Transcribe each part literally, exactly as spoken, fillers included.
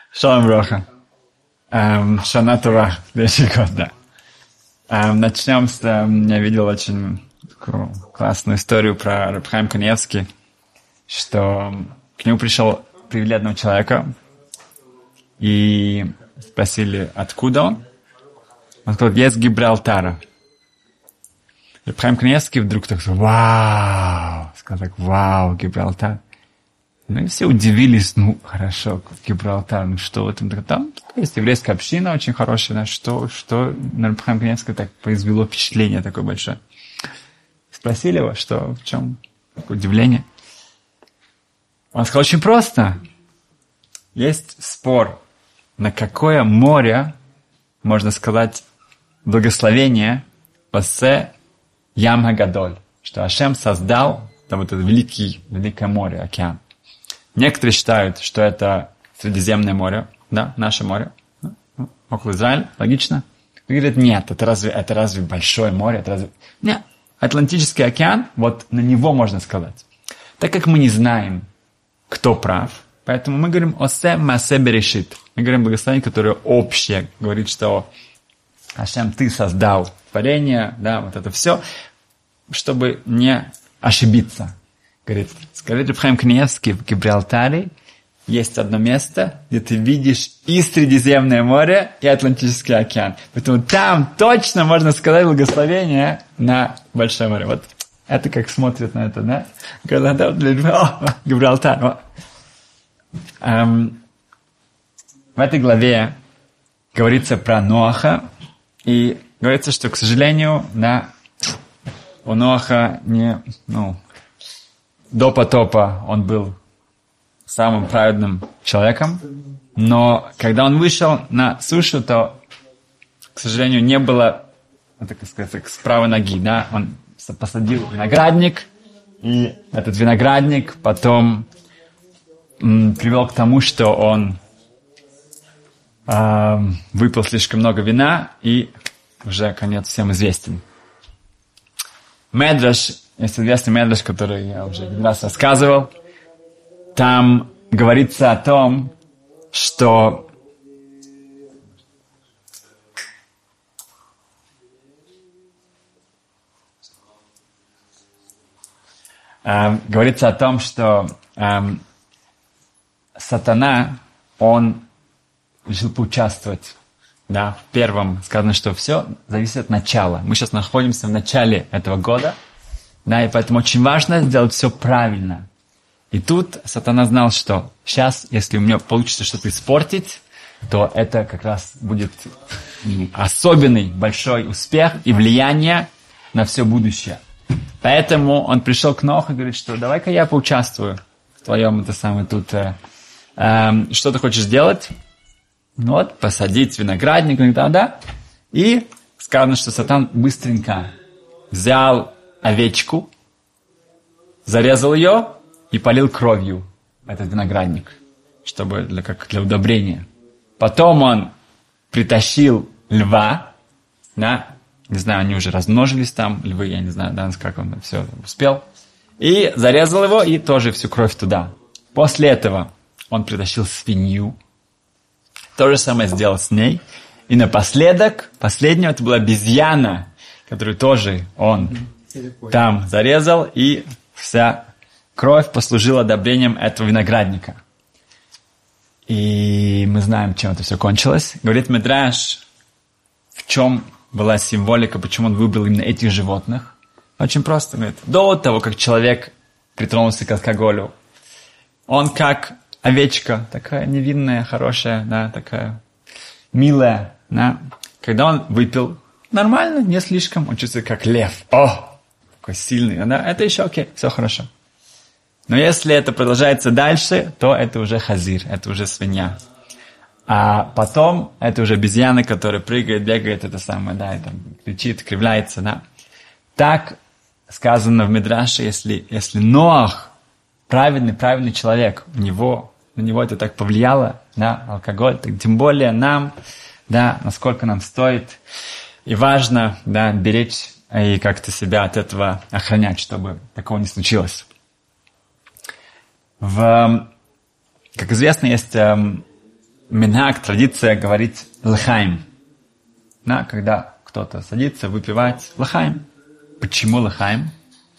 Шалом броха. Эм, Шана Това, следующий год, да. Эм, начнем с... Эм, я видел очень такую классную историю про Раб Хаим Каневский, что к нему пришел, привели одного человека и спросили, откуда он. Он сказал, я из Гибралтара. Раб Хаим Каневский вдруг так, вау, сказал так, вау, Гибралтар. Ну и все удивились, ну хорошо, Гибралтар, ну что в этом? Там есть еврейская община очень хорошая, да, что, что на Раб Хаим Каневского так произвело впечатление такое большое. Спросили его, что, в чем такое удивление. Он сказал, очень просто. Есть спор, на какое море, можно сказать, благословение пасе Ям Гадоль, что Ашем создал там вот это великий, великое море, океан. Некоторые считают, что это Средиземное море, да, наше море, ну, около Израиля, логично. И говорят, нет, это разве, это разве большое море, это разве... Нет, Атлантический океан, вот на него можно сказать. Так как мы не знаем, кто прав, поэтому мы говорим «Осе масе берешит». Мы говорим благословение, которое общее, говорит, что Ашем, ты создал творение, да, вот это все, чтобы не ошибиться. Говорит, скажи, Раб Хаим Каневский, в Гибралтаре есть одно место, где ты видишь и Средиземное море, и Атлантический океан. Поэтому там точно можно сказать благословение на Большое море. Вот это как смотрят на это, да? О, Гибралтар. О. Эм, в этой главе говорится про Ноаха, и говорится, что, к сожалению, да, у Ноаха не, ну, до потопа он был самым праведным человеком, но когда он вышел на сушу, то, к сожалению, не было, так сказать, с правой ноги, да, он посадил виноградник, и этот виноградник потом м, привел к тому, что он э, выпил слишком много вина, и уже конец всем известен. Медраш, есть известный Медраш, который я уже один раз рассказывал. Там говорится о том, что э, говорится о том, что э, сатана, он решил поучаствовать. Да, в первом сказано, что все зависит от начала. Мы сейчас находимся в начале этого года, да, и поэтому очень важно сделать все правильно. И тут сатана знал, что сейчас, если у меня получится что-то испортить, то это как раз будет особенный большой успех и влияние на все будущее. Поэтому он пришел к Ноаху и говорит, что давай-ка я поучаствую в твоем, это самое, тут, э, э, что ты хочешь сделать? Ну вот, посадить виноградник, да, да. И сказано, что сатан быстренько взял овечку, зарезал ее и полил кровью этот виноградник, чтобы для, как для удобрения. Потом он притащил льва, да, не знаю, они уже размножились там, львы, я не знаю, да, как он все успел, и зарезал его, и тоже всю кровь туда. После этого он притащил свинью, то же самое сделал с ней. И напоследок, последнего, это была обезьяна, которую тоже он там зарезал, и вся кровь послужила одобрением этого виноградника. И мы знаем, чем это все кончилось. Говорит Мидраш, в чем была символика, почему он выбрал именно этих животных. Очень просто. Говорит, до того, как человек притронулся к алкоголю, он как овечка, такая невинная, хорошая, да, такая милая, да. Когда он выпил, нормально, не слишком, он чувствует как лев. О, какой сильный, да, это еще окей, все хорошо. Но если это продолжается дальше, то это уже хазир, это уже свинья. А потом это уже обезьяна, которая прыгает, бегает, это самое, да, и там кричит, кривляется, да. Так сказано в Мидраше, если, если Ноах, праведный, праведный человек, у него, на него это так повлияло, да, алкоголь, так тем более нам, да, насколько нам стоит и важно, да, беречь и как-то себя от этого охранять, чтобы такого не случилось. В, как известно, есть минхаг, традиция говорить лахаим. Да, когда кто-то садится выпивать лахаим. Почему лахаим?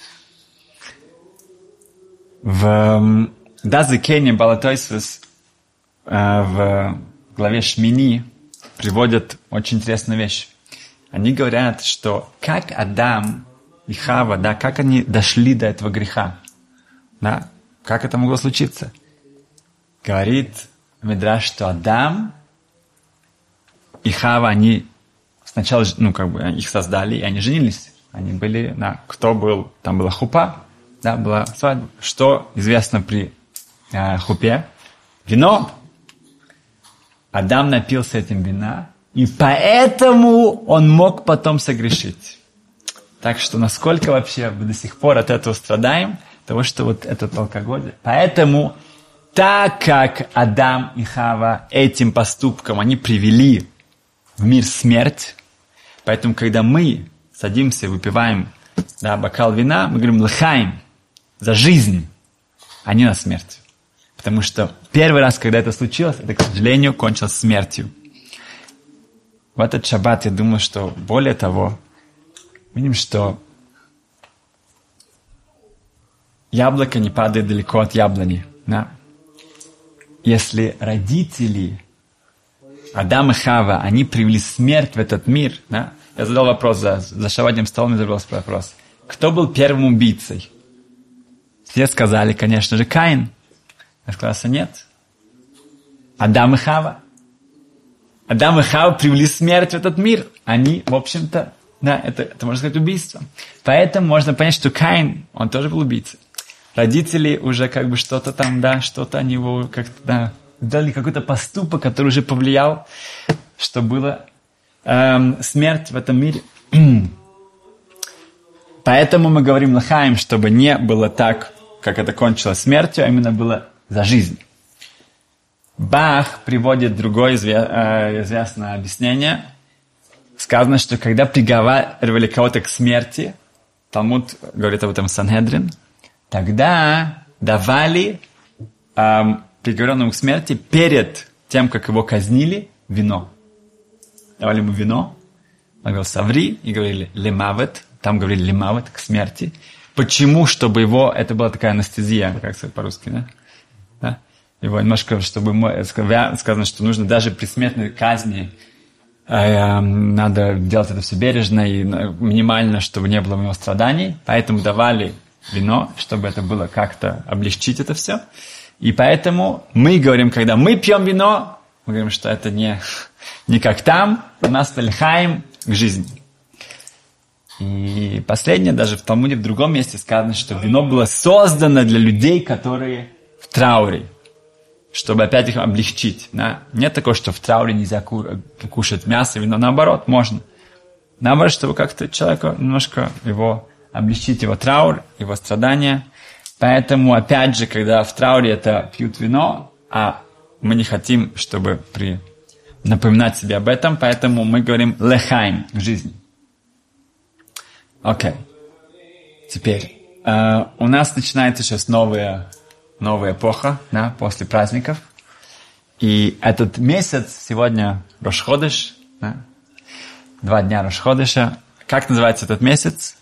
В Дазикене Балатойсвес в главе Шмини приводят очень интересную вещь. Они говорят, что как Адам и Хава, да, как они дошли до этого греха, да, как это могло случиться? Говорит Мидраш, что Адам и Хава, они сначала, ну, как бы, их создали, и они женились. Они были, да, кто был, там была хупа, да, была свадьба. Что известно при э, хупе? Вино. Адам напился этим вина, и поэтому он мог потом согрешить. Так что насколько вообще мы до сих пор от этого страдаем, того, что вот этот алкоголь. Поэтому, так как Адам и Хава этим поступком, они привели в мир смерть, поэтому, когда мы садимся и выпиваем, да, бокал вина, мы говорим лахаим, за жизнь, а не на смерть. Потому что первый раз, когда это случилось, это, к сожалению, кончилось смертью. В этот шаббат я думаю, что более того, видим, что яблоко не падает далеко от яблони. Да? Если родители Адам и Хава, они привели смерть в этот мир, да? Я задал вопрос за, за шаббатным столом, я задал вопрос. Кто был первым убийцей? Все сказали, конечно же, Каин. Я сказал, что нет. Адам и Хава. Адам и Хава привели смерть в этот мир. Они, в общем-то, да, это, это можно сказать убийство. Поэтому можно понять, что Каин, он тоже был убийцей. Родители уже как бы что-то там, да, что-то они его как-то, да, дали какой-то поступок, который уже повлиял, что было эм, смерть в этом мире. Поэтому мы говорим лахаим, чтобы не было так, как это кончилось смертью, а именно было за жизнь. Бах приводит другое известное объяснение. Сказано, что когда приговаривали кого-то к смерти, Талмуд говорит об этом Сангедрин, тогда давали эм, приговоренному к смерти перед тем, как его казнили, вино. Давали ему вино, он говорил «savri», и говорили «лемавет», там говорили «лемавет», к смерти. Почему? Чтобы его, это была такая анестезия, как сказать по-русски, да? Да? Его немножко, чтобы ему, сказано, что нужно даже при смертной казни, э, надо делать это все бережно и минимально, чтобы не было у него страданий. Поэтому давали вино, чтобы это было как-то облегчить это все. И поэтому мы говорим, когда мы пьем вино, мы говорим, что это не, не как там, у нас лахаим к жизни. И последнее, даже в Талмуде в другом месте сказано, что вино было создано для людей, которые в трауре, чтобы опять их облегчить. Да? Нет такого, что в трауре нельзя кушать мясо, вино, наоборот, можно. Наоборот, чтобы как-то человеку немножко его облегчить, его траур, его страдания. Поэтому, опять же, когда в трауре это пьют вино, а мы не хотим, чтобы при... напоминать себе об этом, поэтому мы говорим лехайм, жизнь. Окей. Okay. Теперь, э, у нас начинается сейчас новая, новая эпоха, да, после праздников. И этот месяц, сегодня Рош Ходеш, да, два дня Рош Ходеша. Как называется этот месяц?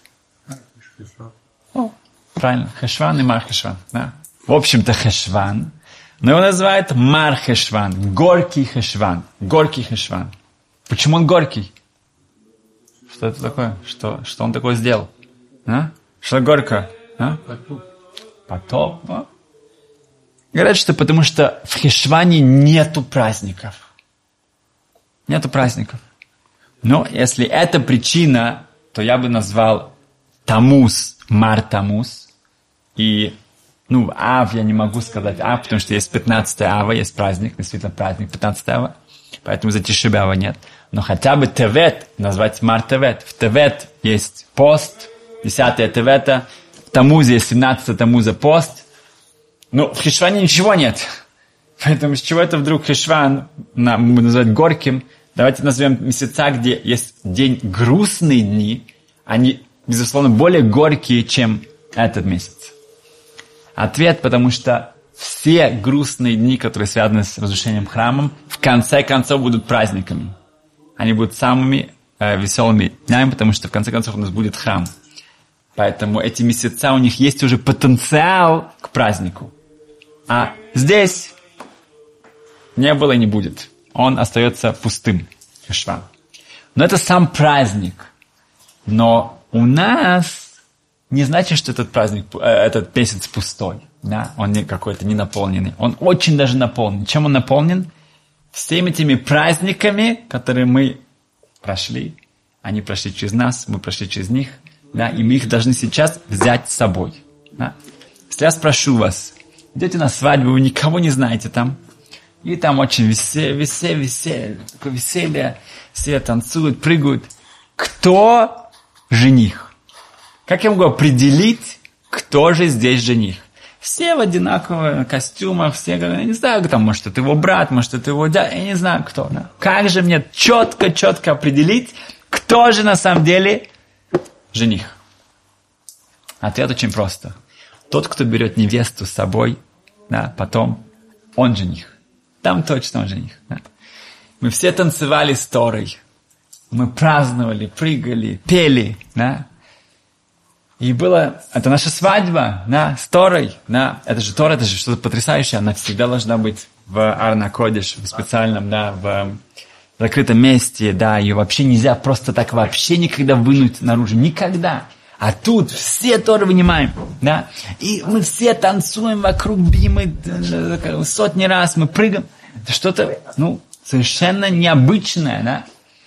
О, правильно, Хешван и Мар Хешван. Да. В общем-то, Хешван. Но его называют Мар Хешван, горький Хешван, горький Хешван. Почему он горький? Что это такое? Что, что он такое сделал? А? Что горько? А? Потоп. А? Говорят, что потому что в Хешване нету праздников. Нету праздников. Но если это причина, то я бы назвал Тамуз, Мар Тамуз. И, ну, Ав я не могу сказать Ав, потому что есть пятнадцатое Ава, есть праздник, действительно праздник пятнадцатое Ава. Поэтому за Тиши б'Ава нет. Но хотя бы Тевет, назвать Мар Тевет. В Тевет есть пост, десятое Тевета, в Тамузе есть семнадцатое Тамуза пост. Ну, в Хешване ничего нет. Поэтому с чего это вдруг Хешван нам называть горьким? Давайте назовем месяца, где есть день грустные дни, они, безусловно, более горькие, чем этот месяц. Ответ, потому что все грустные дни, которые связаны с разрушением храма, в в конце концов будут праздниками. Они будут самыми э, веселыми днями, потому что в конце концов у нас будет храм. Поэтому эти месяца, у них есть уже потенциал к празднику. А здесь не было и не будет. Он остается пустым. Хешван. Но это сам праздник. Но у нас не значит, что этот праздник, э, этот месяц пустой. Да? Он не какой-то не наполненный. Он очень даже наполнен. Чем он наполнен? Всеми этими праздниками, которые мы прошли. Они прошли через нас, мы прошли через них. Да? И мы их должны сейчас взять с собой. Да? Если я спрошу вас, идете на свадьбу, вы никого не знаете там. И там очень веселье, веселье, веселье, такое веселье. Все танцуют, прыгают. Кто жених? Как я могу определить, кто же здесь жених? Все в одинаковых костюмах, все, я не знаю, там, может, это его брат, может, это его дядя, я не знаю, кто. Да? Как же мне четко-четко определить, кто же на самом деле жених? Ответ очень просто. Тот, кто берет невесту с собой, да, потом, он жених. Там точно он жених. Да? Мы все танцевали с Торой. Мы праздновали, прыгали, пели. Да? И было, это наша свадьба, да, с Торой, да, это же Тора, это же что-то потрясающее, она всегда должна быть в Ар-Накодеш, в специальном, да, в закрытом месте, да, ее вообще нельзя просто так вообще никогда вынуть наружу, никогда. А тут все Торы вынимаем, да, и мы все танцуем вокруг бимы сотни раз, мы прыгаем, это что-то, ну, совершенно необычное, да.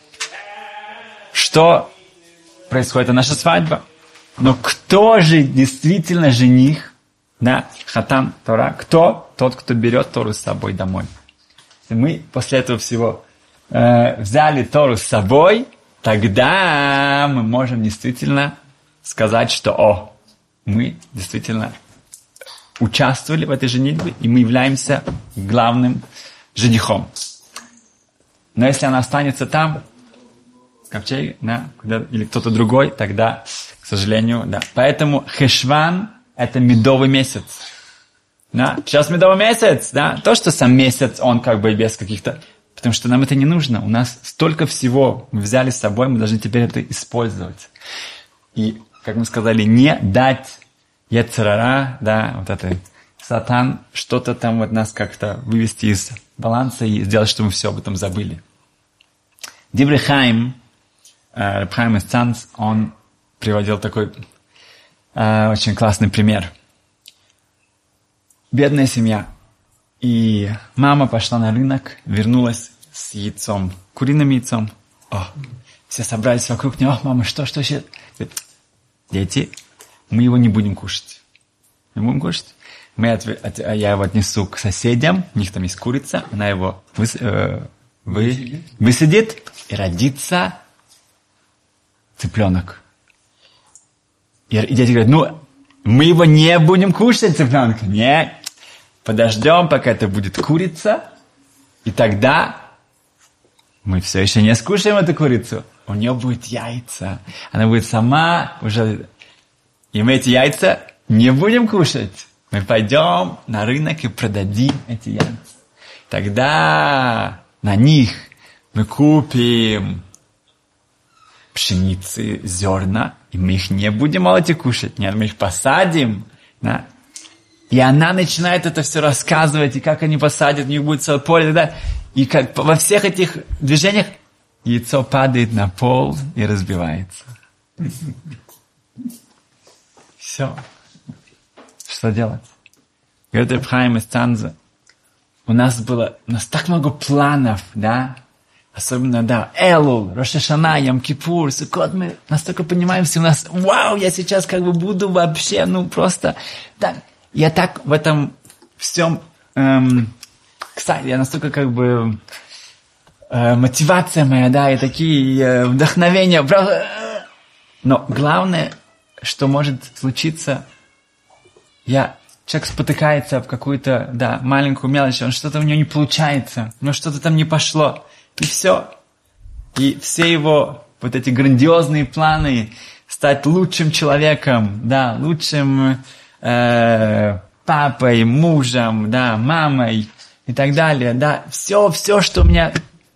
Что происходит? Это наша свадьба. Но кто же действительно жених? Да, хатан Тора. Кто? Тот, кто берет Тору с собой домой. И мы после этого всего э, взяли Тору с собой, тогда мы можем действительно сказать, что о, мы действительно участвовали в этой женитьбе, и мы являемся главным женихом. Но если она останется там, ковчег, да, или кто-то другой, тогда, к сожалению, да. Поэтому Хешван – это медовый месяц. Да? Сейчас медовый месяц, да. То, что сам месяц, он как бы без каких-то... Потому что нам это не нужно. У нас столько всего мы взяли с собой, мы должны теперь это использовать. И, как мы сказали, не дать йецер ара, да, вот это сатан, что-то там вот нас как-то вывести из баланса и сделать, чтобы мы все об этом забыли. Диврей Хаим, Реб Хаим из Цанц, он приводил такой э, очень классный пример. Бедная семья. И мама пошла на рынок, вернулась с яйцом, куриным яйцом. О, все собрались вокруг нее. О, мама, что, что еще? Говорит, дети, мы его не будем кушать. Не будем кушать. Мы от, от, я его отнесу к соседям, у них там есть курица, она его выс, э, вы, высадит, и родится цыпленок. И, и дети говорят, ну, мы его не будем кушать, цыпленка. Нет, подождем, пока это будет курица, и тогда мы все еще не скушаем эту курицу. У нее будет яйца. Она будет сама уже... И мы эти яйца не будем кушать. Мы пойдем на рынок и продадим эти яйца. Тогда на них мы купим пшеницы, зерна, и мы их не будем молоть и кушать. Нет, мы их посадим. Да? И она начинает это все рассказывать, и как они посадят, у них будет целое поле, да? И как во всех этих движениях яйцо падает на пол и разбивается. Все. Что делать? Говорит Реб Хаим из Цанза, у нас было, у нас так много планов, да? Особенно, да, Элул, Рош ха-Шана, Йом-Кипур, Суккот, мы настолько понимаем все, у нас, вау, я сейчас как бы буду вообще, ну, просто, так, я так в этом всем, эм, кстати, я настолько как бы, э, мотивация моя, да, и такие э, вдохновения, правда, но главное, что может случиться, я, человек спотыкается в какую-то, да, маленькую мелочь, он что-то у него не получается, у него что-то там не пошло, и все. И все его вот эти грандиозные планы стать лучшим человеком, да, лучшим э, папой, мужем, да, мамой, и так далее, да, все, все, что у меня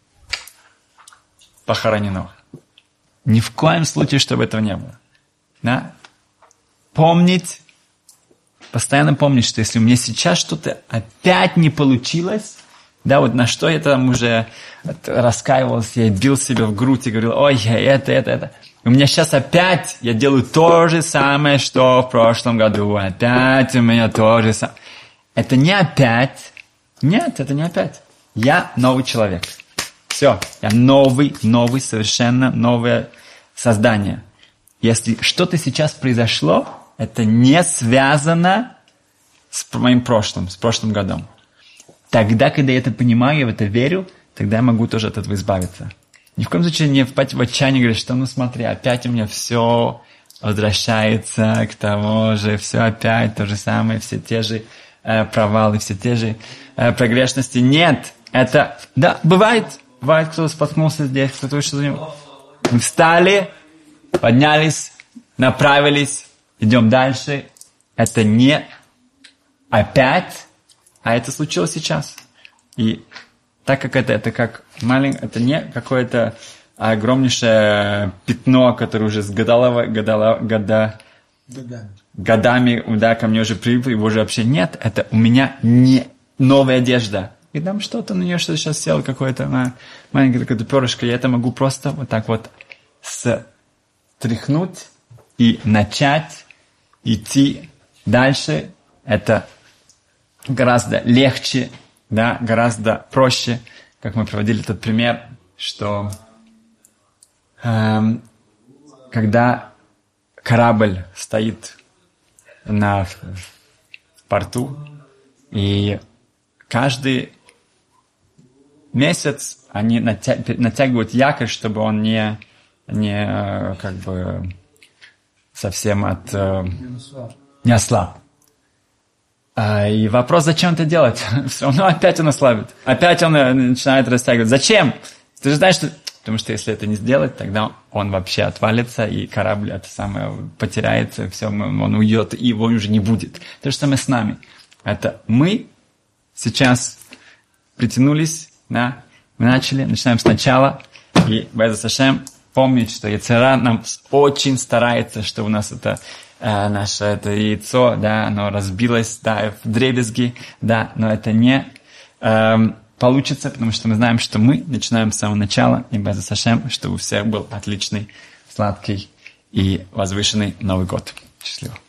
похоронено. Ни в коем случае, чтобы этого не было. Да? Помнить, постоянно помнить, что если у меня сейчас что-то опять не получилось, да, вот на что я там уже раскаивался, я бил себя в грудь и говорил, ой, это, это, это. У меня сейчас опять, я делаю то же самое, что в прошлом году, опять у меня то же самое. Это не опять, нет, это не опять. Я новый человек. Все, я новый, новый, совершенно новое создание. Если что-то сейчас произошло, это не связано с моим прошлым, с прошлым годом. Тогда, когда я это понимаю, я в это верю, тогда я могу тоже от этого избавиться. Ни в коем случае не впасть в отчаяние и говорить, что ну смотри, опять у меня все возвращается к тому же, все опять то же самое, все те же э, провалы, все те же э, погрешности. Нет, это, да, бывает, бывает, кто-то споткнулся здесь, кто-то вышел за него. Мы встали, поднялись, направились, идем дальше. Это не опять, а это случилось сейчас. И так как это, это как маленькое, это не какое-то огромнейшее пятно, которое уже с годалого, годала, года, годами. годами, да, ко мне уже привыкло, его уже вообще нет. Это у меня не новая одежда. И там что-то на нее что-то сейчас село, какое-то а, маленькое такое перышко. Я это могу просто вот так вот стряхнуть и начать идти дальше. Это гораздо легче, да, гораздо проще, как мы приводили этот пример, что эм, когда корабль стоит на в, в порту, и каждый месяц они натя, натягивают якорь, чтобы он не, не как бы совсем от э, не ослаб. И вопрос, зачем это делать? Все равно опять он ослабит. Опять он начинает растягивать. Зачем? Ты же знаешь, что... Потому что если это не сделать, тогда он вообще отвалится, и корабль это самое потеряется, все, он уйдет, и его уже не будет. То же самое с нами. Это мы сейчас притянулись, да, мы начали, начинаем сначала, и Бе'эзрат Ашем помнить, что Йецер ара нам очень старается, что у нас это... наше это яйцо, да, оно разбилось, да, в дребезги, да, но это не э, получится, потому что мы знаем, что мы начинаем с самого начала, и Бе'эзрат Ашем, чтобы у всех был отличный, сладкий и возвышенный Новый год. Счастливо.